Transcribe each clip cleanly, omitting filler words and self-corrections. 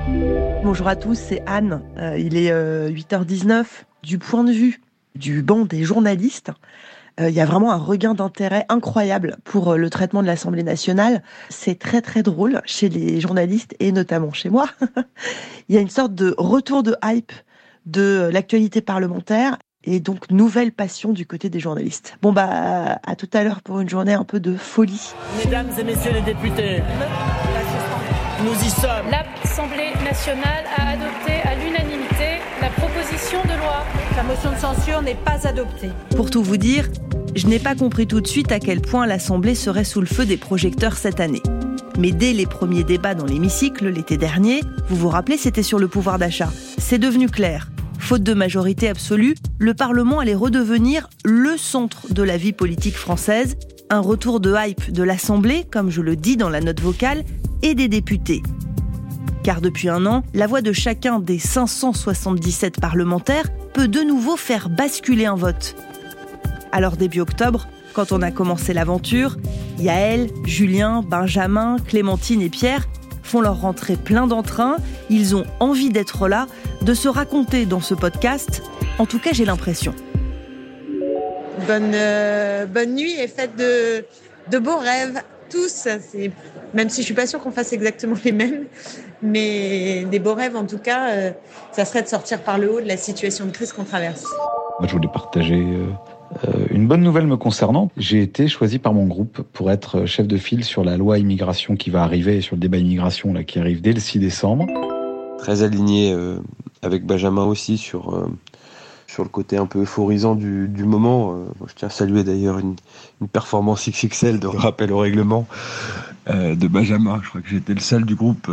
Bonjour à tous, c'est Anne. Il est 8h19. Du point de vue du banc des journalistes, il y a vraiment un regain d'intérêt incroyable pour le traitement de l'Assemblée nationale. C'est très très drôle chez les journalistes et notamment chez moi. Il y a une sorte de retour de hype de l'actualité parlementaire et donc nouvelle passion du côté des journalistes. Bon bah à tout à l'heure pour une journée un peu de folie. Mesdames et messieurs les députés, nous y sommes. L'Assemblée nationale a adopté à l'unanimité la proposition de loi. La motion de censure n'est pas adoptée. Pour tout vous dire, je n'ai pas compris tout de suite à quel point l'Assemblée serait sous le feu des projecteurs cette année. Mais dès les premiers débats dans l'hémicycle l'été dernier, vous vous rappelez, c'était sur le pouvoir d'achat. C'est devenu clair. Faute de majorité absolue, le Parlement allait redevenir le centre de la vie politique française. Un retour de hype de l'Assemblée, comme je le dis dans la note vocale, et des députés. Car depuis un an, la voix de chacun des 577 parlementaires peut de nouveau faire basculer un vote. Alors début octobre, quand on a commencé l'aventure, Yaël, Julien, Benjamin, Clémentine et Pierre font leur rentrée plein d'entrain. Ils ont envie d'être là, de se raconter dans ce podcast. En tout cas, j'ai l'impression. Bonne nuit et faites de beaux rêves. Tous, même si je suis pas sûre qu'on fasse exactement les mêmes, mais des beaux rêves en tout cas, ça serait de sortir par le haut de la situation de crise qu'on traverse. Moi, je voulais partager une bonne nouvelle me concernant. J'ai été choisi par mon groupe pour être chef de file sur la loi immigration qui va arriver et sur le débat immigration là, qui arrive dès le 6 décembre. Très aligné avec Benjamin aussi sur le côté un peu euphorisant du moment. Je tiens à saluer d'ailleurs une performance XXL de rappel au règlement de Benjamin. Je crois que j'étais le seul du groupe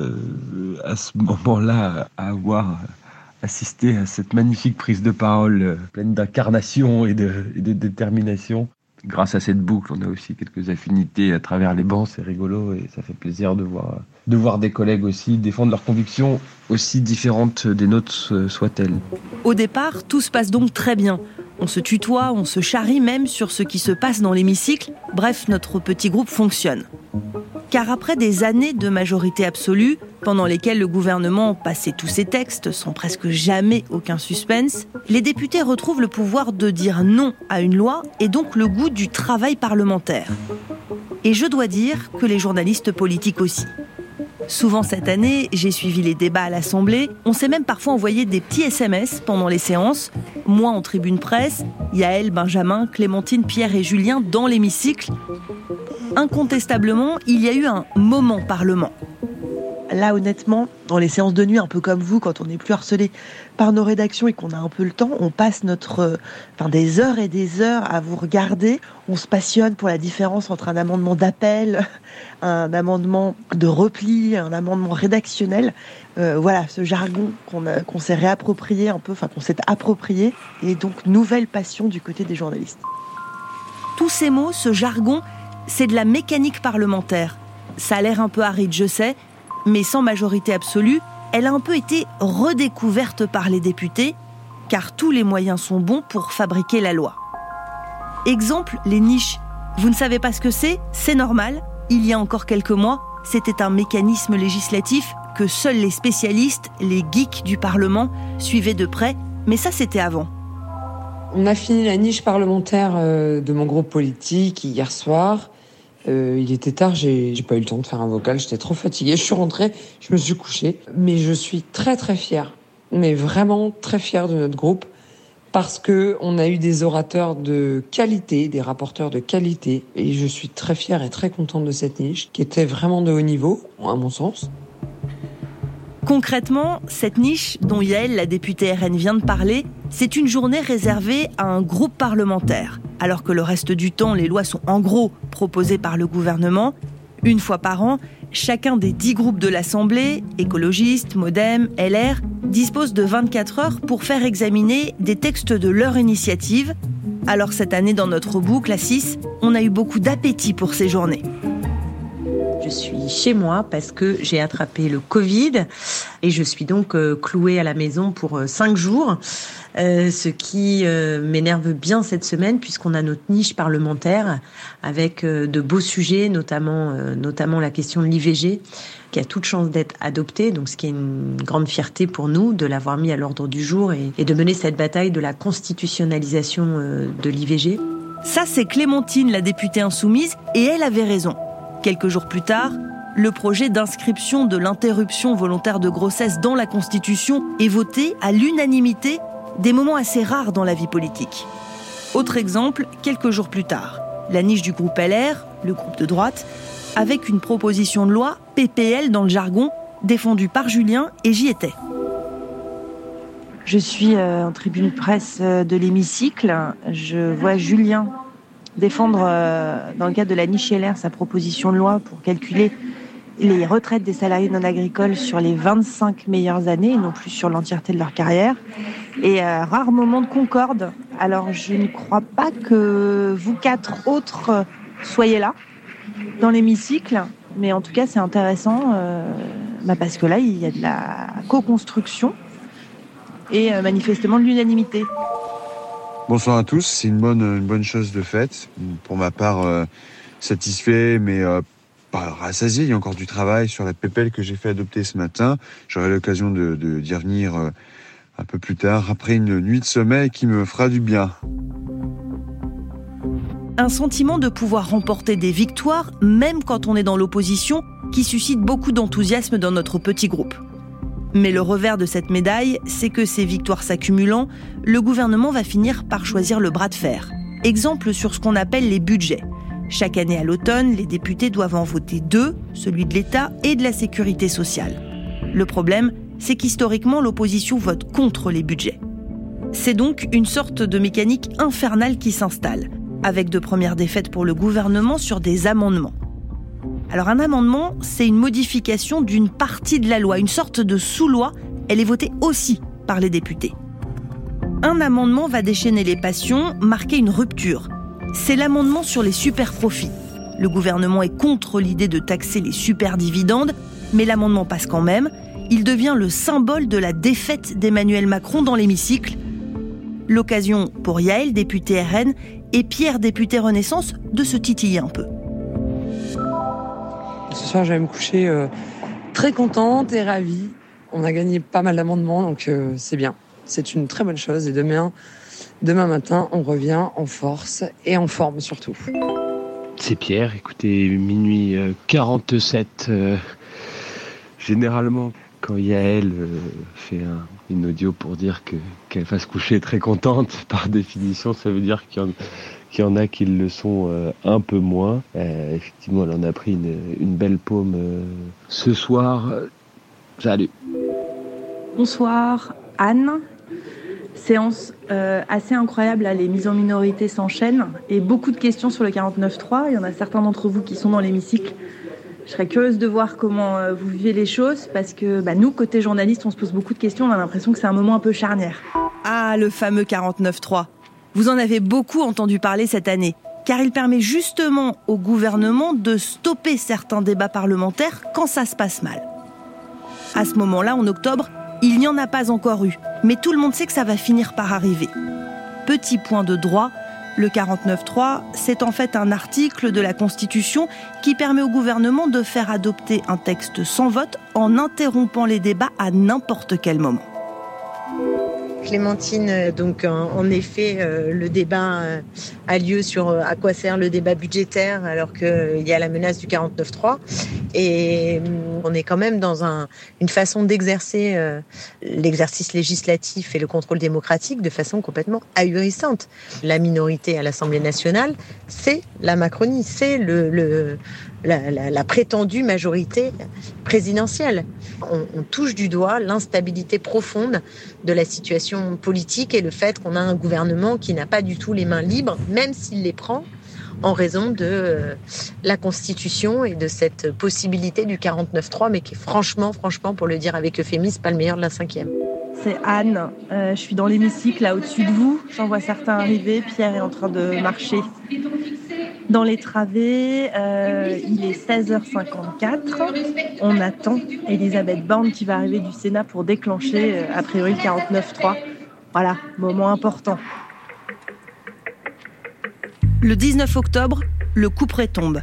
à ce moment-là à avoir assisté à cette magnifique prise de parole pleine d'incarnation et de détermination. Grâce à cette boucle, on a aussi quelques affinités à travers les bancs, c'est rigolo et ça fait plaisir de voir des collègues aussi défendre leurs convictions aussi différentes des nôtres soient-elles. Au départ, tout se passe donc très bien. On se tutoie, on se charrie même sur ce qui se passe dans l'hémicycle. Bref, notre petit groupe fonctionne. Car après des années de majorité absolue, pendant lesquelles le gouvernement passait tous ses textes sans presque jamais aucun suspense, les députés retrouvent le pouvoir de dire non à une loi et donc le goût du travail parlementaire. Et je dois dire que les journalistes politiques aussi. Souvent cette année, j'ai suivi les débats à l'Assemblée. On s'est même parfois envoyé des petits SMS pendant les séances. Moi en tribune presse, Yaël, Benjamin, Clémentine, Pierre et Julien dans l'hémicycle. Incontestablement, il y a eu un moment Parlement. Là, honnêtement, dans les séances de nuit, un peu comme vous, quand on n'est plus harcelé par nos rédactions et qu'on a un peu le temps, on passe des heures et des heures à vous regarder. On se passionne pour la différence entre un amendement d'appel, un amendement de repli, un amendement rédactionnel. Voilà, ce jargon qu'on s'est réapproprié un peu, qu'on s'est approprié, et donc nouvelle passion du côté des journalistes. Tous ces mots, ce jargon, c'est de la mécanique parlementaire. Ça a l'air un peu aride, je sais, mais sans majorité absolue, elle a un peu été redécouverte par les députés, car tous les moyens sont bons pour fabriquer la loi. Exemple, les niches. Vous ne savez pas ce que c'est ? C'est normal. Il y a encore quelques mois, c'était un mécanisme législatif que seuls les spécialistes, les geeks du Parlement, suivaient de près, mais ça c'était avant. On a fini la niche parlementaire de mon groupe politique hier soir. Il était tard, j'ai pas eu le temps de faire un vocal, j'étais trop fatiguée. Je suis rentrée, je me suis couchée. Mais je suis très très fière, mais vraiment très fière de notre groupe, parce qu'on a eu des orateurs de qualité, des rapporteurs de qualité. Et je suis très fière et très contente de cette niche, qui était vraiment de haut niveau, à mon sens. Concrètement, cette niche dont Yaël, la députée RN, vient de parler, c'est une journée réservée à un groupe parlementaire. Alors que le reste du temps, les lois sont en gros proposées par le gouvernement. Une fois par an, chacun des 10 groupes de l'Assemblée, écologistes, Modem, LR, dispose de 24 heures pour faire examiner des textes de leur initiative. Alors cette année, dans notre boucle, à 6, on a eu beaucoup d'appétit pour ces journées. Je suis chez moi parce que j'ai attrapé le Covid et je suis donc clouée à la maison pour 5 jours, ce qui m'énerve bien cette semaine puisqu'on a notre niche parlementaire avec de beaux sujets, notamment la question de l'IVG. qui a toute chance d'être adopté, donc ce qui est une grande fierté pour nous de l'avoir mis à l'ordre du jour et de mener cette bataille de la constitutionnalisation de l'IVG. Ça, c'est Clémentine, la députée insoumise, et elle avait raison. Quelques jours plus tard, le projet d'inscription de l'interruption volontaire de grossesse dans la Constitution est voté à l'unanimité, des moments assez rares dans la vie politique. Autre exemple, quelques jours plus tard, la niche du groupe LR, le groupe de droite, avec une proposition de loi, PPL dans le jargon, défendue par Julien, et j'y étais. Je suis en tribune presse de l'hémicycle. Je vois Julien défendre, dans le cadre de la niche LR, sa proposition de loi pour calculer les retraites des salariés non agricoles sur les 25 meilleures années, et non plus sur l'entièreté de leur carrière. Et rare moment de concorde. Alors, je ne crois pas que vous 4 autres soyez là, dans l'hémicycle. Mais en tout cas, c'est intéressant, parce que là, il y a de la co-construction et manifestement de l'unanimité. Bonsoir à tous, c'est une bonne chose de faite. Pour ma part, satisfait, mais pas rassasié. Il y a encore du travail sur la PPL que j'ai fait adopter ce matin. J'aurai l'occasion d'y revenir un peu plus tard, après une nuit de sommeil qui me fera du bien. Un sentiment de pouvoir remporter des victoires, même quand on est dans l'opposition, qui suscite beaucoup d'enthousiasme dans notre petit groupe. Mais le revers de cette médaille, c'est que ces victoires s'accumulant, le gouvernement va finir par choisir le bras de fer. Exemple sur ce qu'on appelle les budgets. Chaque année à l'automne, les députés doivent en voter 2, celui de l'État et de la sécurité sociale. Le problème, c'est qu'historiquement, l'opposition vote contre les budgets. C'est donc une sorte de mécanique infernale qui s'installe, avec de premières défaites pour le gouvernement sur des amendements. Alors un amendement, c'est une modification d'une partie de la loi, une sorte de sous-loi. Elle est votée aussi par les députés. Un amendement va déchaîner les passions, marquer une rupture. C'est l'amendement sur les super-profits. Le gouvernement est contre l'idée de taxer les super-dividendes, mais l'amendement passe quand même. Il devient le symbole de la défaite d'Emmanuel Macron dans l'hémicycle. L'occasion pour Yaël, députée RN, et Pierre, député Renaissance, de se titiller un peu. Ce soir, je vais me coucher très contente et ravie. On a gagné pas mal d'amendements, donc c'est bien. C'est une très bonne chose. Et demain matin, on revient en force et en forme surtout. C'est Pierre, écoutez, minuit 47. Généralement, quand Yaël fait une audio pour dire qu'elle va se coucher très contente, par définition, ça veut dire qu'il y en a qui le sont un peu moins. Effectivement, elle en a pris une belle paume ce soir. Salut. Bonsoir, Anne. Séance assez incroyable, là, les mises en minorité s'enchaînent et beaucoup de questions sur le 49.3. Il y en a certains d'entre vous qui sont dans l'hémicycle. Je serais curieuse de voir comment vous vivez les choses parce que nous, côté journaliste, on se pose beaucoup de questions. On a l'impression que c'est un moment un peu charnière. Ah, le fameux 49.3. Vous en avez beaucoup entendu parler cette année, car il permet justement au gouvernement de stopper certains débats parlementaires quand ça se passe mal. À ce moment-là, en octobre, il n'y en a pas encore eu, mais tout le monde sait que ça va finir par arriver. Petit point de droit, le 49.3, c'est en fait un article de la Constitution qui permet au gouvernement de faire adopter un texte sans vote en interrompant les débats à n'importe quel moment. Clémentine, donc en effet, le débat a lieu sur à quoi sert le débat budgétaire alors qu'il y a la menace du 49.3. Et on est quand même dans une façon d'exercer l'exercice législatif et le contrôle démocratique de façon complètement ahurissante. La minorité à l'Assemblée nationale, c'est la Macronie, c'est la prétendue majorité présidentielle. On touche du doigt l'instabilité profonde de la situation politique et le fait qu'on a un gouvernement qui n'a pas du tout les mains libres, même s'il les prend, en raison de la Constitution et de cette possibilité du 49.3, mais qui est franchement, pour le dire avec euphémisme, pas le meilleur de la 5e. C'est Anne, je suis dans l'hémicycle là au-dessus de vous, j'en vois certains arriver, Pierre est en train de marcher dans les travées, il est 16h54, on attend Elisabeth Borne qui va arriver du Sénat pour déclencher a priori le 49.3. Voilà, moment important. Le 19 octobre, le couperet tombe.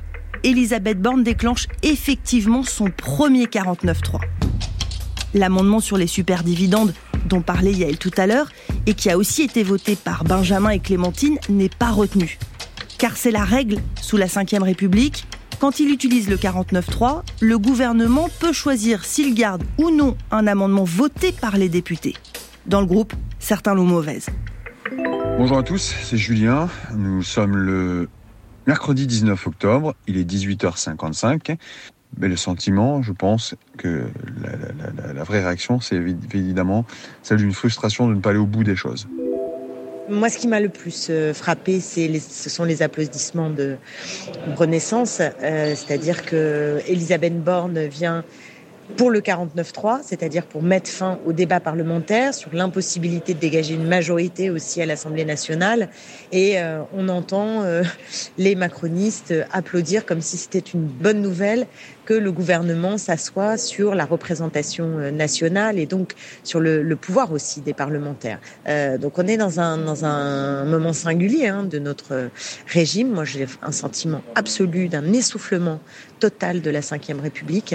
Elisabeth Borne déclenche effectivement son premier 49.3. L'amendement sur les superdividendes dont parlait Yael tout à l'heure et qui a aussi été voté par Benjamin et Clémentine n'est pas retenu. Car c'est la règle sous la Ve République. Quand il utilise le 49.3, le gouvernement peut choisir s'il garde ou non un amendement voté par les députés. Dans le groupe, certains l'ont mauvaise. Bonjour à tous, c'est Julien. Nous sommes le mercredi 19 octobre, il est 18h55. Mais le sentiment, je pense que la vraie réaction, c'est évidemment celle d'une frustration de ne pas aller au bout des choses. Moi, ce qui m'a le plus frappé, ce sont les applaudissements de renaissance. C'est-à-dire que Elisabeth Borne vient pour le 49.3, c'est-à-dire pour mettre fin au débat parlementaire sur l'impossibilité de dégager une majorité aussi à l'Assemblée nationale. Et on entend les macronistes applaudir comme si c'était une bonne nouvelle que le gouvernement s'assoie sur la représentation nationale et donc sur le pouvoir aussi des parlementaires. Donc on est dans un moment singulier de notre régime. Moi, j'ai un sentiment absolu d'un essoufflement total de la Ve République.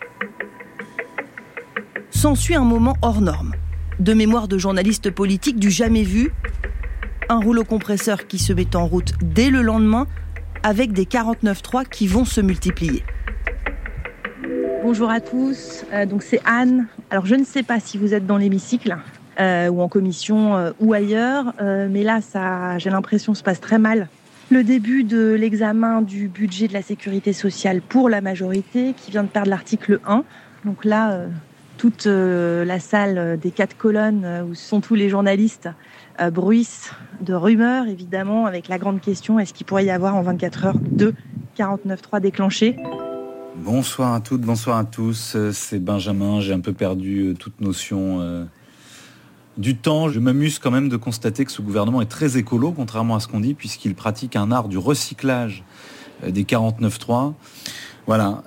S'ensuit un moment hors norme. De mémoire de journaliste politique du jamais vu, un rouleau compresseur qui se met en route dès le lendemain avec des 49.3 qui vont se multiplier. Bonjour à tous, donc c'est Anne. Alors je ne sais pas si vous êtes dans l'hémicycle ou en commission ou ailleurs, mais là j'ai l'impression que ça se passe très mal. Le début de l'examen du budget de la sécurité sociale pour la majorité qui vient de perdre l'article 1. Donc là, toute la salle des 4 colonnes où sont tous les journalistes bruissent de rumeurs, évidemment, avec la grande question, est-ce qu'il pourrait y avoir en 24 heures 2 49.3 déclenchés ? Bonsoir à toutes, bonsoir à tous, c'est Benjamin, j'ai un peu perdu toute notion du temps. Je m'amuse quand même de constater que ce gouvernement est très écolo, contrairement à ce qu'on dit, puisqu'il pratique un art du recyclage des 49.3. Voilà.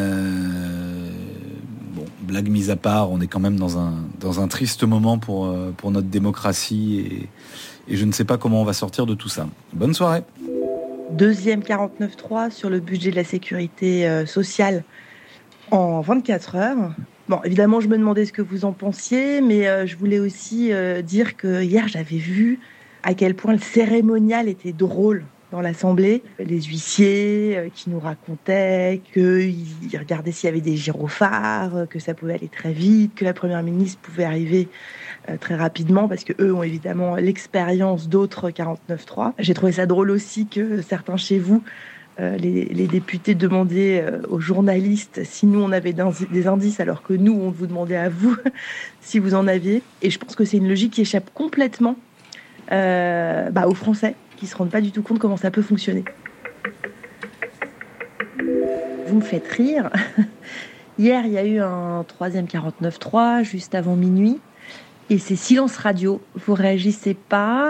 Blague mise à part, on est quand même dans un triste moment pour notre démocratie et je ne sais pas comment on va sortir de tout ça. Bonne soirée. Deuxième 49.3 sur le budget de la sécurité sociale en 24 heures. Bon, évidemment, je me demandais ce que vous en pensiez, mais je voulais aussi dire que hier, j'avais vu à quel point le cérémonial était drôle dans l'Assemblée. Les huissiers qui nous racontaient qu'ils regardaient s'il y avait des gyrophares, que ça pouvait aller très vite, que la Première ministre pouvait arriver très rapidement, parce qu'eux ont évidemment l'expérience d'autres 49.3. J'ai trouvé ça drôle aussi que certains chez vous, les députés demandaient aux journalistes si nous on avait des indices, alors que nous on vous demandait à vous si vous en aviez. Et je pense que c'est une logique qui échappe complètement aux Français, qui ne se rendent pas du tout compte comment ça peut fonctionner. Vous me faites rire. Hier, il y a eu un troisième 49.3, juste avant minuit. Et c'est silence radio. Vous réagissez pas.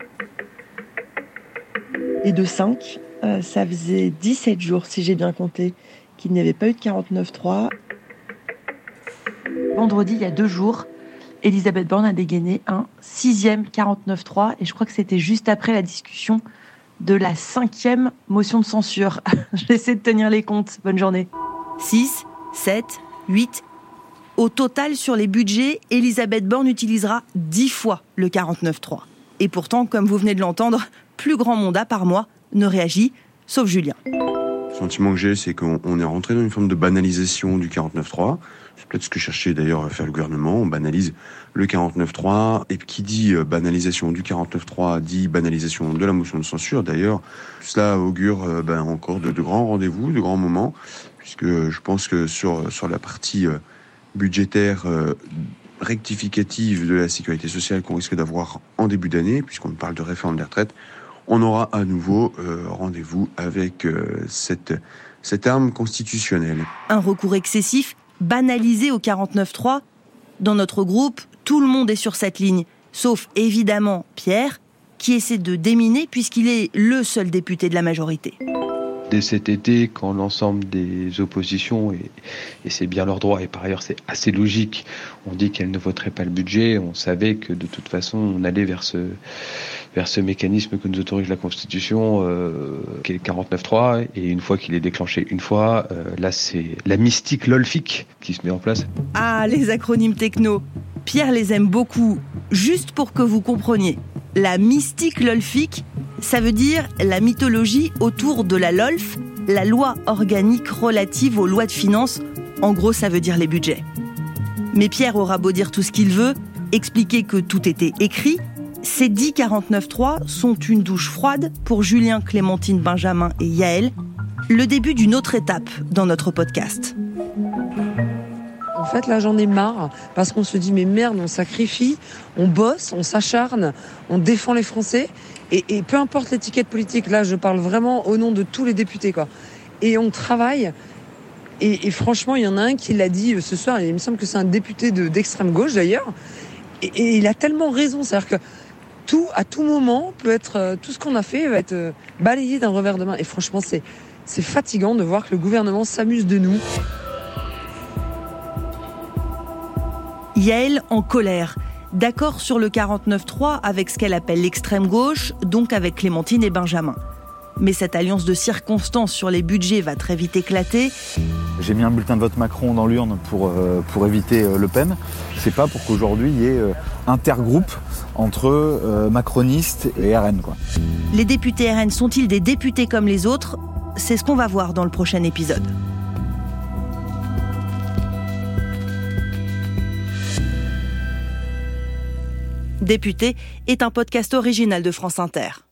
Et de 5, ça faisait 17 jours, si j'ai bien compté, qu'il n'y avait pas eu de 49.3. Vendredi, il y a 2 jours, Elisabeth Borne a dégainé un 6e 49.3 et je crois que c'était juste après la discussion de la 5e motion de censure. J'essaie de tenir les comptes. Bonne journée. 6, 7, 8. Au total, sur les budgets, Elisabeth Borne utilisera 10 fois le 49.3. Et pourtant, comme vous venez de l'entendre, plus grand monde à part moi ne réagit, sauf Julien. Le sentiment que j'ai, c'est qu'on est rentré dans une forme de banalisation du 49.3. C'est peut-être ce que cherchait d'ailleurs à faire le gouvernement. On banalise le 49.3. Et qui dit banalisation du 49.3 dit banalisation de la motion de censure. D'ailleurs, cela augure encore de grands rendez-vous, de grands moments, puisque je pense que sur la partie budgétaire rectificative de la sécurité sociale qu'on risque d'avoir en début d'année, puisqu'on parle de réforme des retraites, on aura à nouveau rendez-vous avec cette arme constitutionnelle. Un recours excessif, banalisé au 49.3. Dans notre groupe, tout le monde est sur cette ligne, sauf évidemment Pierre, qui essaie de déminer puisqu'il est le seul député de la majorité. Dès cet été, quand l'ensemble des oppositions, et c'est bien leur droit, et par ailleurs c'est assez logique, on dit qu'elles ne voteraient pas le budget, on savait que de toute façon on allait vers ce mécanisme que nous autorise la Constitution, qui est le 49.3, et une fois qu'il est déclenché là c'est la mystique LOLFIC qui se met en place. Ah, les acronymes techno, Pierre les aime beaucoup. Juste pour que vous compreniez, la mystique LOLFIC, ça veut dire la mythologie autour de la LOLF, la loi organique relative aux lois de finances. En gros, ça veut dire les budgets. Mais Pierre aura beau dire tout ce qu'il veut, expliquer que tout était écrit, ces 10 49.3 sont une douche froide pour Julien, Clémentine, Benjamin et Yaël, le début d'une autre étape dans notre podcast. En fait, là, j'en ai marre, parce qu'on se dit, mais merde, on sacrifie, on bosse, on s'acharne, on défend les Français, et peu importe l'étiquette politique, là, je parle vraiment au nom de tous les députés, quoi. Et on travaille, et franchement, il y en a un qui l'a dit ce soir, et il me semble que c'est un député d'extrême gauche, d'ailleurs, et il a tellement raison, c'est-à-dire que à tout moment, tout ce qu'on a fait va être balayé d'un revers de main, et franchement, c'est fatigant de voir que le gouvernement s'amuse de nous. Yaël en colère, d'accord sur le 49.3 avec ce qu'elle appelle l'extrême gauche, donc avec Clémentine et Benjamin. Mais cette alliance de circonstances sur les budgets va très vite éclater. J'ai mis un bulletin de vote Macron dans l'urne pour éviter Le Pen. C'est pas pour qu'aujourd'hui il y ait intergroupe entre macronistes et RN, quoi. Les députés RN sont-ils des députés comme les autres ? C'est ce qu'on va voir dans le prochain épisode. Député est un podcast original de France Inter.